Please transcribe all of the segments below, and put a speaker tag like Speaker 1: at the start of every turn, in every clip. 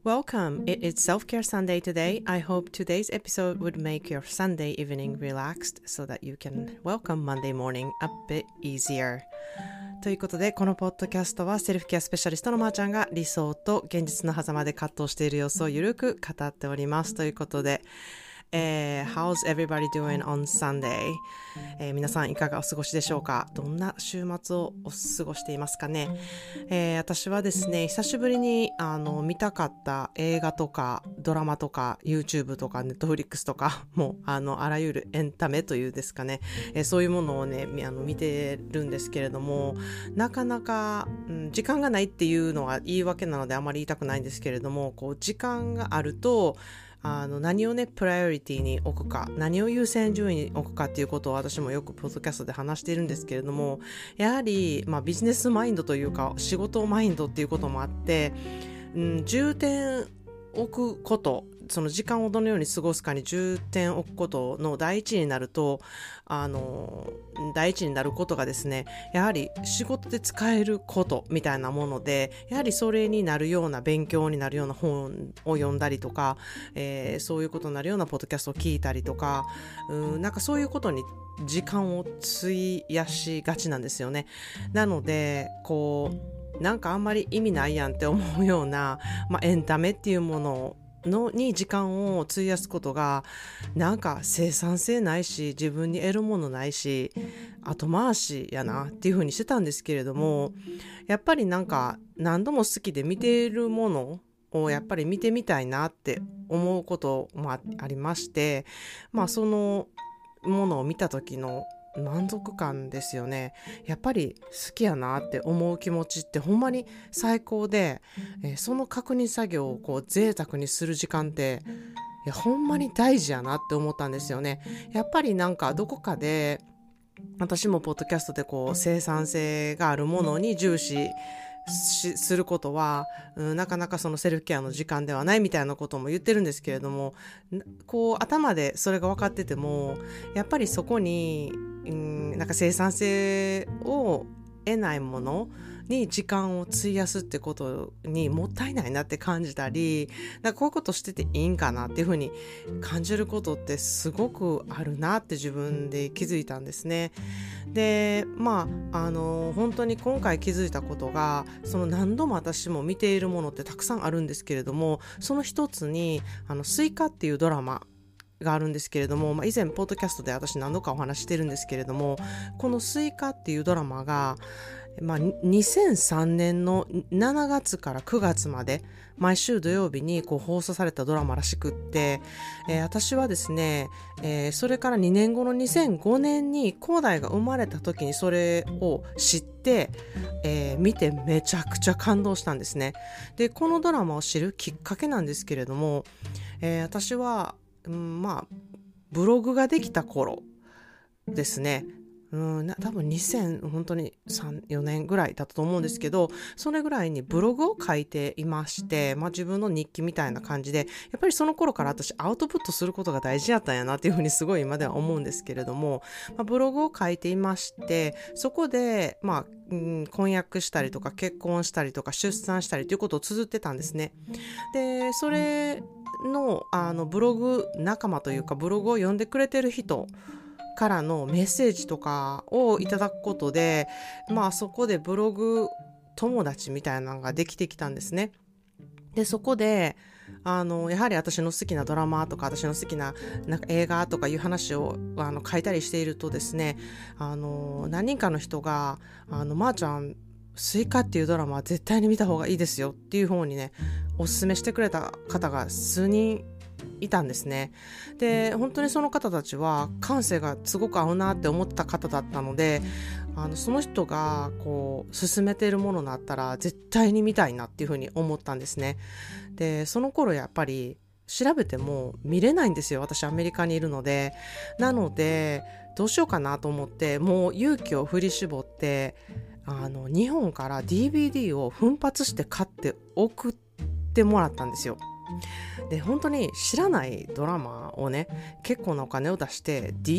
Speaker 1: Welcome. It is Self-Care Sunday today. I hope today's episode would make your Sunday evening relaxed so that you can welcome Monday morning a bit easier. ということで、このポッドキャストはセルフケアスペシャリストのまーちゃんが理想と現実の狭間で葛藤している様子をゆるく語っておりますということで、How's everybody doing on Sunday? 皆さんいかがお過ごしでしょうか？どんな週末をお過ごしていますかね？私はですね、久しぶりに見たかった映画とかドラマとか YouTube とか Netflix とかもうあらゆるエンタメというですかね、そういうものをね見てるんですけれども、なかなか、時間がないっていうのは言い訳なのであまり言いたくないんですけれども、こう時間があると何をねプライオリティに置くか、何を優先順位に置くかっていうことを私もよくポッドキャストで話しているんですけれども、やはり、ビジネスマインドというか仕事マインドっていうこともあって、重点置くこと、その時間をどのように過ごすかに重点を置くことの第一になると、第一になることがですね、やはり仕事で使えることみたいなもので、やはりそれになるような勉強になるような本を読んだりとか、そういうことになるようなポッドキャストを聞いたりとか、なんかそういうことに時間を費やしがちなんですよね。なのでこうなんかあんまり意味ないやんって思うような、エンタメっていうものに時間を費やすことがなんか生産性ないし、自分に得るものないし、後回しやなっていう風にしてたんですけれども、やっぱりなんか何度も好きで見ているものをやっぱり見てみたいなって思うこともありまして、そのものを見た時の満足感ですよね。やっぱり好きやなって思う気持ちってほんまに最高で、その確認作業をこう贅沢にする時間ってほんまに大事やなって思ったんですよね。やっぱりなんかどこかで私もポッドキャストでこう生産性があるものに重視することは、なかなかそのセルフケアの時間ではないみたいなことも言ってるんですけれども、こう頭でそれが分かっててもやっぱりそこになんか生産性を得ないものに時間を費やすってことにもったいないなって感じたり、なんかこういうことしてていいんかなっていうふうに感じることってすごくあるなって自分で気づいたんですね。で、本当に今回気づいたことが、その何度も私も見ているものってたくさんあるんですけれども、その一つにスイカっていうドラマがあるんですけれども、以前ポッドキャストで私何度かお話してるんですけれども、このスイカっていうドラマが2003年の7月から9月まで毎週土曜日にこう放送されたドラマらしくって、私はですね、それから2年後の2005年に広大が生まれた時にそれを知って、見てめちゃくちゃ感動したんですね。で、このドラマを知るきっかけなんですけれども、私は、ブログができた頃ですね。多分2000本当に3、4年ぐらいだったと思うんですけど、それぐらいにブログを書いていまして、自分の日記みたいな感じで、やっぱりその頃から私アウトプットすることが大事やったんやなっていうふうにすごい今では思うんですけれども、ブログを書いていまして、そこで婚約したりとか結婚したりとか出産したりということを綴ってたんですね。で、それのブログ仲間というかブログを読んでくれてる人からのメッセージとかをいただくことで、そこでブログ友達みたいなのができてきたんですね。で、そこでやはり私の好きなドラマとか私の好きな映画とかいう話を書いたりしているとですね、何人かの人がまーちゃんスイカっていうドラマは絶対に見た方がいいですよっていう方にねおすすめしてくれた方が数人いたんですね。で、本当にその方たちは感性がすごく合うなって思った方だったので、その人がこう勧めているものだったら絶対に見たいなっていうふうに思ったんですね。で、その頃やっぱり調べても見れないんですよ。私アメリカにいるので。なのでどうしようかなと思って、もう勇気を振り絞って日本から DVD を奮発して買って送ってもらったんですよ。で、本当に知らないドラマをね、結構なお金を出して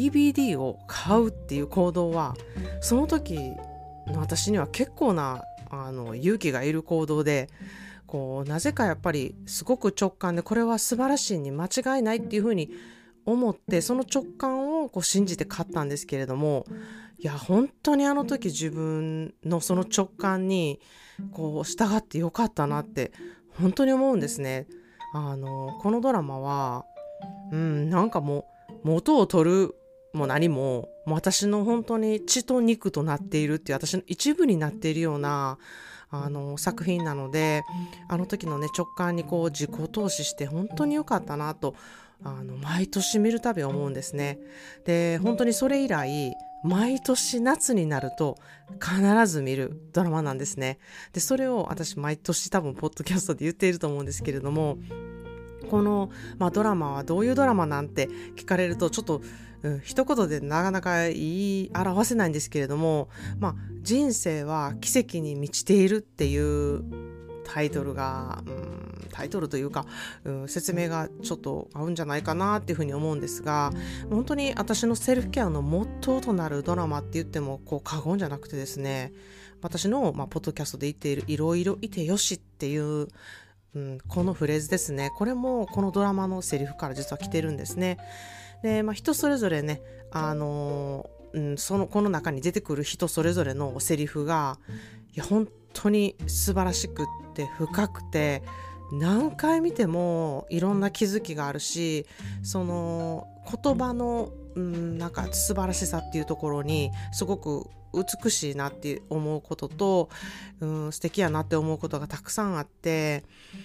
Speaker 1: DVD を買うっていう行動は、その時の私には結構な勇気がいる行動で、 こうなぜかやっぱりすごく直感でこれは素晴らしいに間違いないっていうふうに思って、その直感をこう信じて買ったんですけれども、いや本当にあの時自分のその直感にこう従ってよかったなって本当に思うんですね。このドラマはなんかもう元を取るも何も私の本当に血と肉となっているっていう、私の一部になっているような作品なので、あの時のね直感にこう自己投資して本当に良かったなと毎年見るたび思うんですね。で本当にそれ以来毎年夏になると必ず見るドラマなんですね。でそれを私毎年多分ポッドキャストで言っていると思うんですけれども、この、ドラマはどういうドラマなんて聞かれるとちょっと、一言でなかなか言い表せないんですけれども、人生は奇跡に満ちているっていうタイトルというか、説明がちょっと合うんじゃないかなっていうふうに思うんですが、本当に私のセルフケアのモットーとなるドラマって言ってもこう過言じゃなくてですね、私の、ポッドキャストで言っているいろいろいてよしっていうこのフレーズですね。これもこのドラマのセリフから実は来てるんですね。で、人それぞれね、この中に出てくる人それぞれのセリフが本当に素晴らしくって深くて、何回見てもいろんな気づきがあるし、その言葉のなんか素晴らしさっていうところにすごく美しいなって思うことと、素敵やなって思うことがたくさんあって、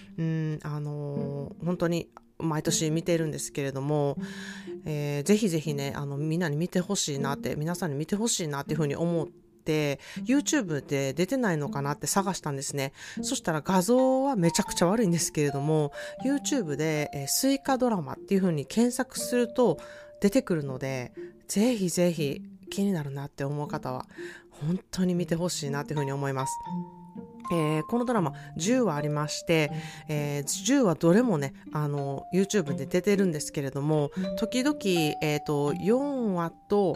Speaker 1: 本当に毎年見ているんですけれども、ぜひぜひねみんなに見てほしいなって、皆さんに見てほしいなっていうふうに思って、YouTube で出てないのかなって探したんですね。そしたら画像はめちゃくちゃ悪いんですけれども、 YouTube で、スイカドラマっていうふうに検索すると出てくるので、ぜひぜひ気になるなって思う方は本当に見てほしいなっていうふうに思います。このドラマ10話ありまして、10話どれもねYouTube で出てるんですけれども、時々、4話と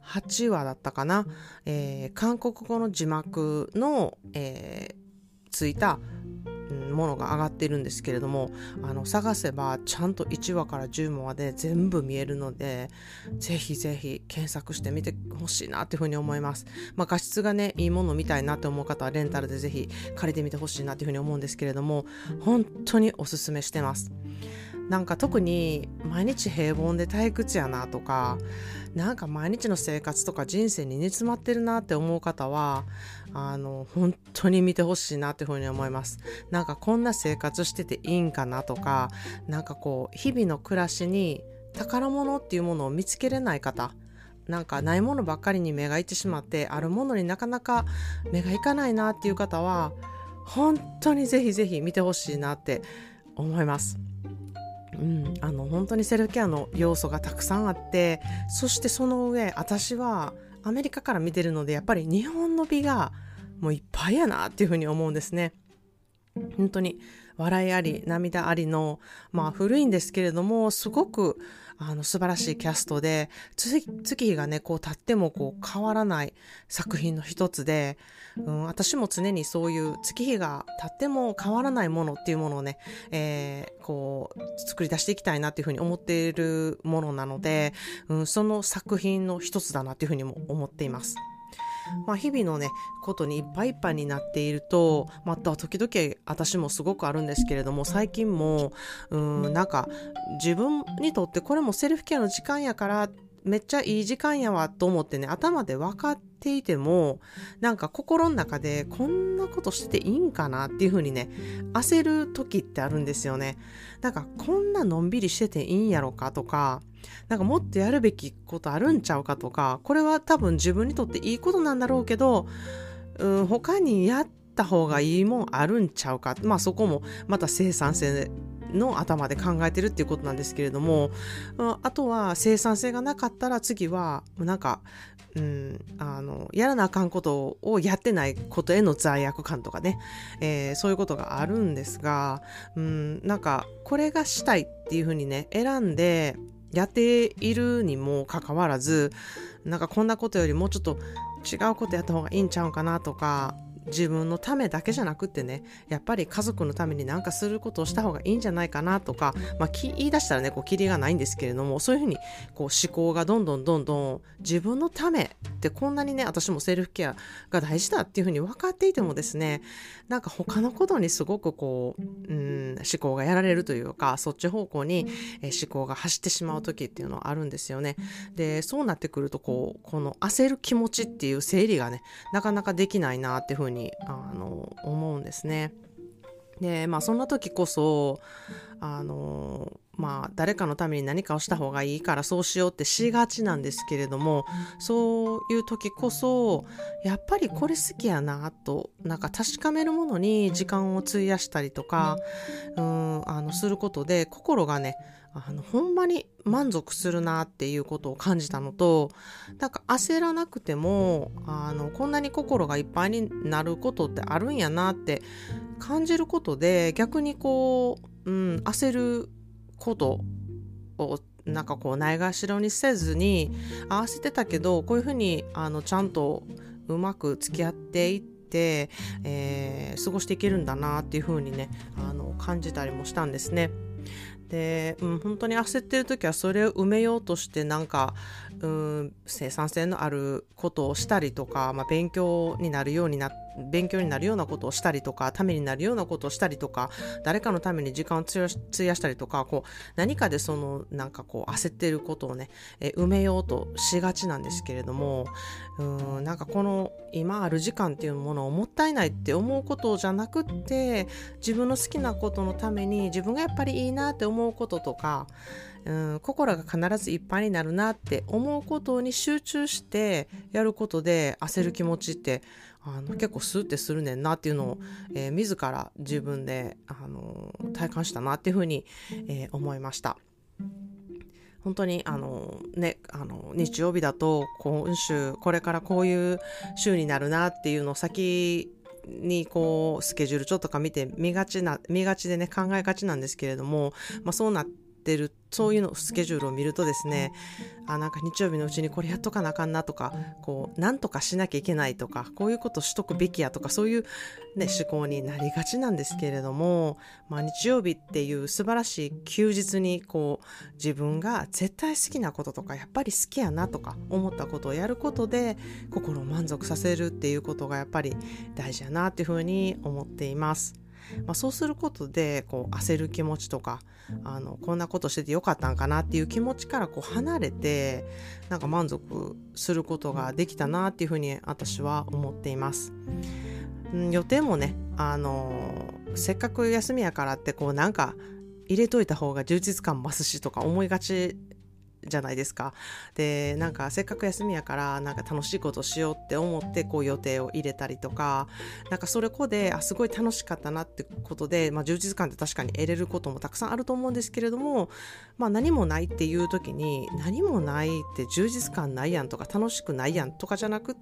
Speaker 1: 8話だったかな、韓国語の字幕の、ついたものが上がっているんですけれども、探せばちゃんと1話から10話まで全部見えるので、ぜひぜひ検索してみてほしいなというふうに思います。画質がねいいもの見たいなと思う方はレンタルでぜひ借りてみてほしいなというふうに思うんですけれども、本当におすすめしてます。なんか特に毎日平凡で退屈やなとか、なんか毎日の生活とか人生に煮詰まってるなって思う方は本当に見てほしいなっていうふうに思います。なんかこんな生活してていいんかなとか、なんかこう日々の暮らしに宝物っていうものを見つけれない方、なんかないものばっかりに目がいってしまって、あるものになかなか目がいかないなっていう方は本当にぜひぜひ見てほしいなって思います。本当にセルフケアの要素がたくさんあって、そしてその上私はアメリカから見てるので、やっぱり日本の美がもういっぱいやなっていうふうに思うんですね。本当に笑いあり涙ありの、古いんですけれどもすごく素晴らしいキャストで、月日がねこう経ってもこう変わらない作品の一つで、私も常にそういう月日が経っても変わらないものっていうものをね、こう作り出していきたいなっていうふうに思っているものなので、その作品の一つだなっていうふうにも思っています。日々のねことにいっぱいいっぱいになっていると、時々私もすごくあるんですけれども、最近もなんか自分にとってこれもセルフケアの時間やからめっちゃいい時間やわと思ってね、頭で分かっていてもなんか心の中でこんなことしてていいんかなっていう風にね焦る時ってあるんですよね。なんかこんなのんびりしてていいんやろかとか、なんかもっとやるべきことあるんちゃうかとか、これは多分自分にとっていいことなんだろうけど、他にやった方がいいもんあるんちゃうか、そこもまた生産性の頭で考えてるっていうことなんですけれども、あとは生産性がなかったら次はなんかやらなあかんことをやってないことへの罪悪感とかね、そういうことがあるんですが、なんかこれがしたいっていうふうにね選んでやっているにもかかわらず、なんかこんなことよりもうちょっと違うことやった方がいいんちゃうかなとか、 自分のためだけじゃなくってね、やっぱり家族のために何かすることをした方がいいんじゃないかなとか、言い出したらねキリがないんですけれども、そういうふうに思考がどんどん自分のためってこんなにね、私もセルフケアが大事だっていうふうに分かっていてもですね、なんか他のことにすごく思考がやられるというか、そっち方向に思考が走ってしまう時っていうのはあるんですよね。でそうなってくるとこの焦る気持ちっていう整理がね、なかなかできないなっていうふうに思うんですね。でそんな時こそ誰かのために何かをした方がいいからそうしようってしがちなんですけれども、そういう時こそやっぱりこれ好きやなと確かめるものに時間を費やしたりとかすることで、心がねほんまに満足するなっていうことを感じたのと、焦らなくてもこんなに心がいっぱいになることってあるんやなって感じることで、逆に焦ることをないがしろにせずに、焦ってたけどこういうふうにちゃんとうまく付き合っていって、過ごしていけるんだなっていうふうにね感じたりもしたんですね。で、本当に焦ってる時はそれを埋めようとして生産性のあることをしたりとか、勉強になるようなことをしたりとか、ためになるようなことをしたりとか、誰かのために時間を費やしたりとか、何かで焦っていることをね、埋めようとしがちなんですけれども、この今ある時間っていうものをもったいないって思うことじゃなくって、自分の好きなことのために自分がやっぱりいいなって思うこととか、心が必ずいっぱいになるなって思うことに集中してやることで、焦る気持ちって結構スーってするねんなっていうのを、自ら自分で体感したなっていうふうに、思いました。本当に日曜日だとこれからこういう週になるなっていうのを先にスケジュール帳とか見て見がちでね考えがちなんですけれども、そうなってるそういうのスケジュールを見るとですね、日曜日のうちにこれやっとかなあかんなとか、なんとかしなきゃいけないとか、こういうことしとくべきやとか、そういう、思考になりがちなんですけれども、日曜日っていう素晴らしい休日に自分が絶対好きなこととかやっぱり好きやなとか思ったことをやることで心を満足させるっていうことがやっぱり大事やなっていうふうに思っています。そうすることで焦る気持ちとかこんなことしててよかったんかなっていう気持ちから離れて満足することができたなっていうふうに私は思っています。予定もねせっかく休みやからって入れといた方が充実感増すしとか思いがちじゃないですか。でせっかく休みやから楽しいことしようって思って予定を入れたりとか、それですごい楽しかったなってことで、充実感って確かに得れることもたくさんあると思うんですけれども、何もないっていう時に何もないって充実感ないやんとか楽しくないやんとかじゃなくって、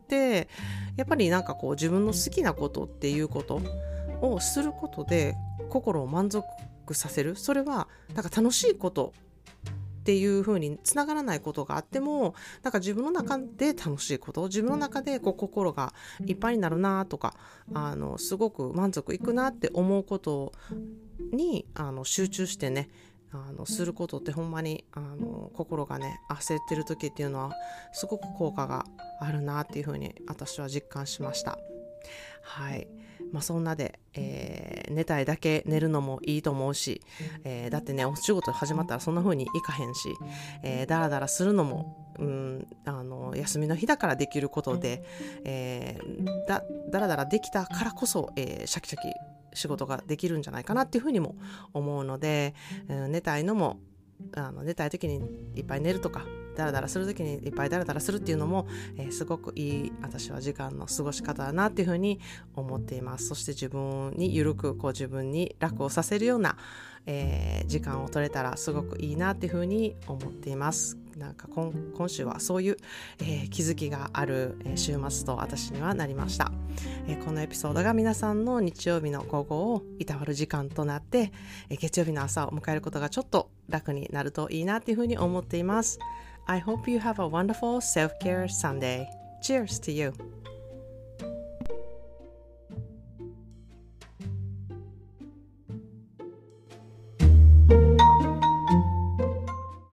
Speaker 1: やっぱり自分の好きなことっていうことをすることで心を満足させる。それは楽しいことっていう風につながらないことがあっても自分の中で楽しいこと、自分の中で心がいっぱいになるなとかすごく満足いくなって思うことに集中してねすることってほんまに心がね焦ってる時っていうのはすごく効果があるなっていう風に私は実感しました。はい。そんなで、寝たいだけ寝るのもいいと思うし、だってねお仕事始まったらそんな風にいかへんし、だらだらするのも、休みの日だからできることで、だらだらできたからこそ、シャキシャキ仕事ができるんじゃないかなっていう風にも思うので、寝たいのも寝たい時にいっぱい寝るとかダラダラする時にいっぱいダラダラするっていうのも、すごくいい私は時間の過ごし方だなっていうふうに思っています。そして自分にゆるく自分に楽をさせるような、時間を取れたらすごくいいなっていうふうに思っています。今週はそういう、気づきがある、週末と私にはなりました。このエピソードが皆さんの日曜日の午後をいたわる時間となって、月曜日の朝を迎えることがちょっと楽になるといいなっていうふうに思っています。I hope you have a wonderful self-care Sunday. Cheers to you!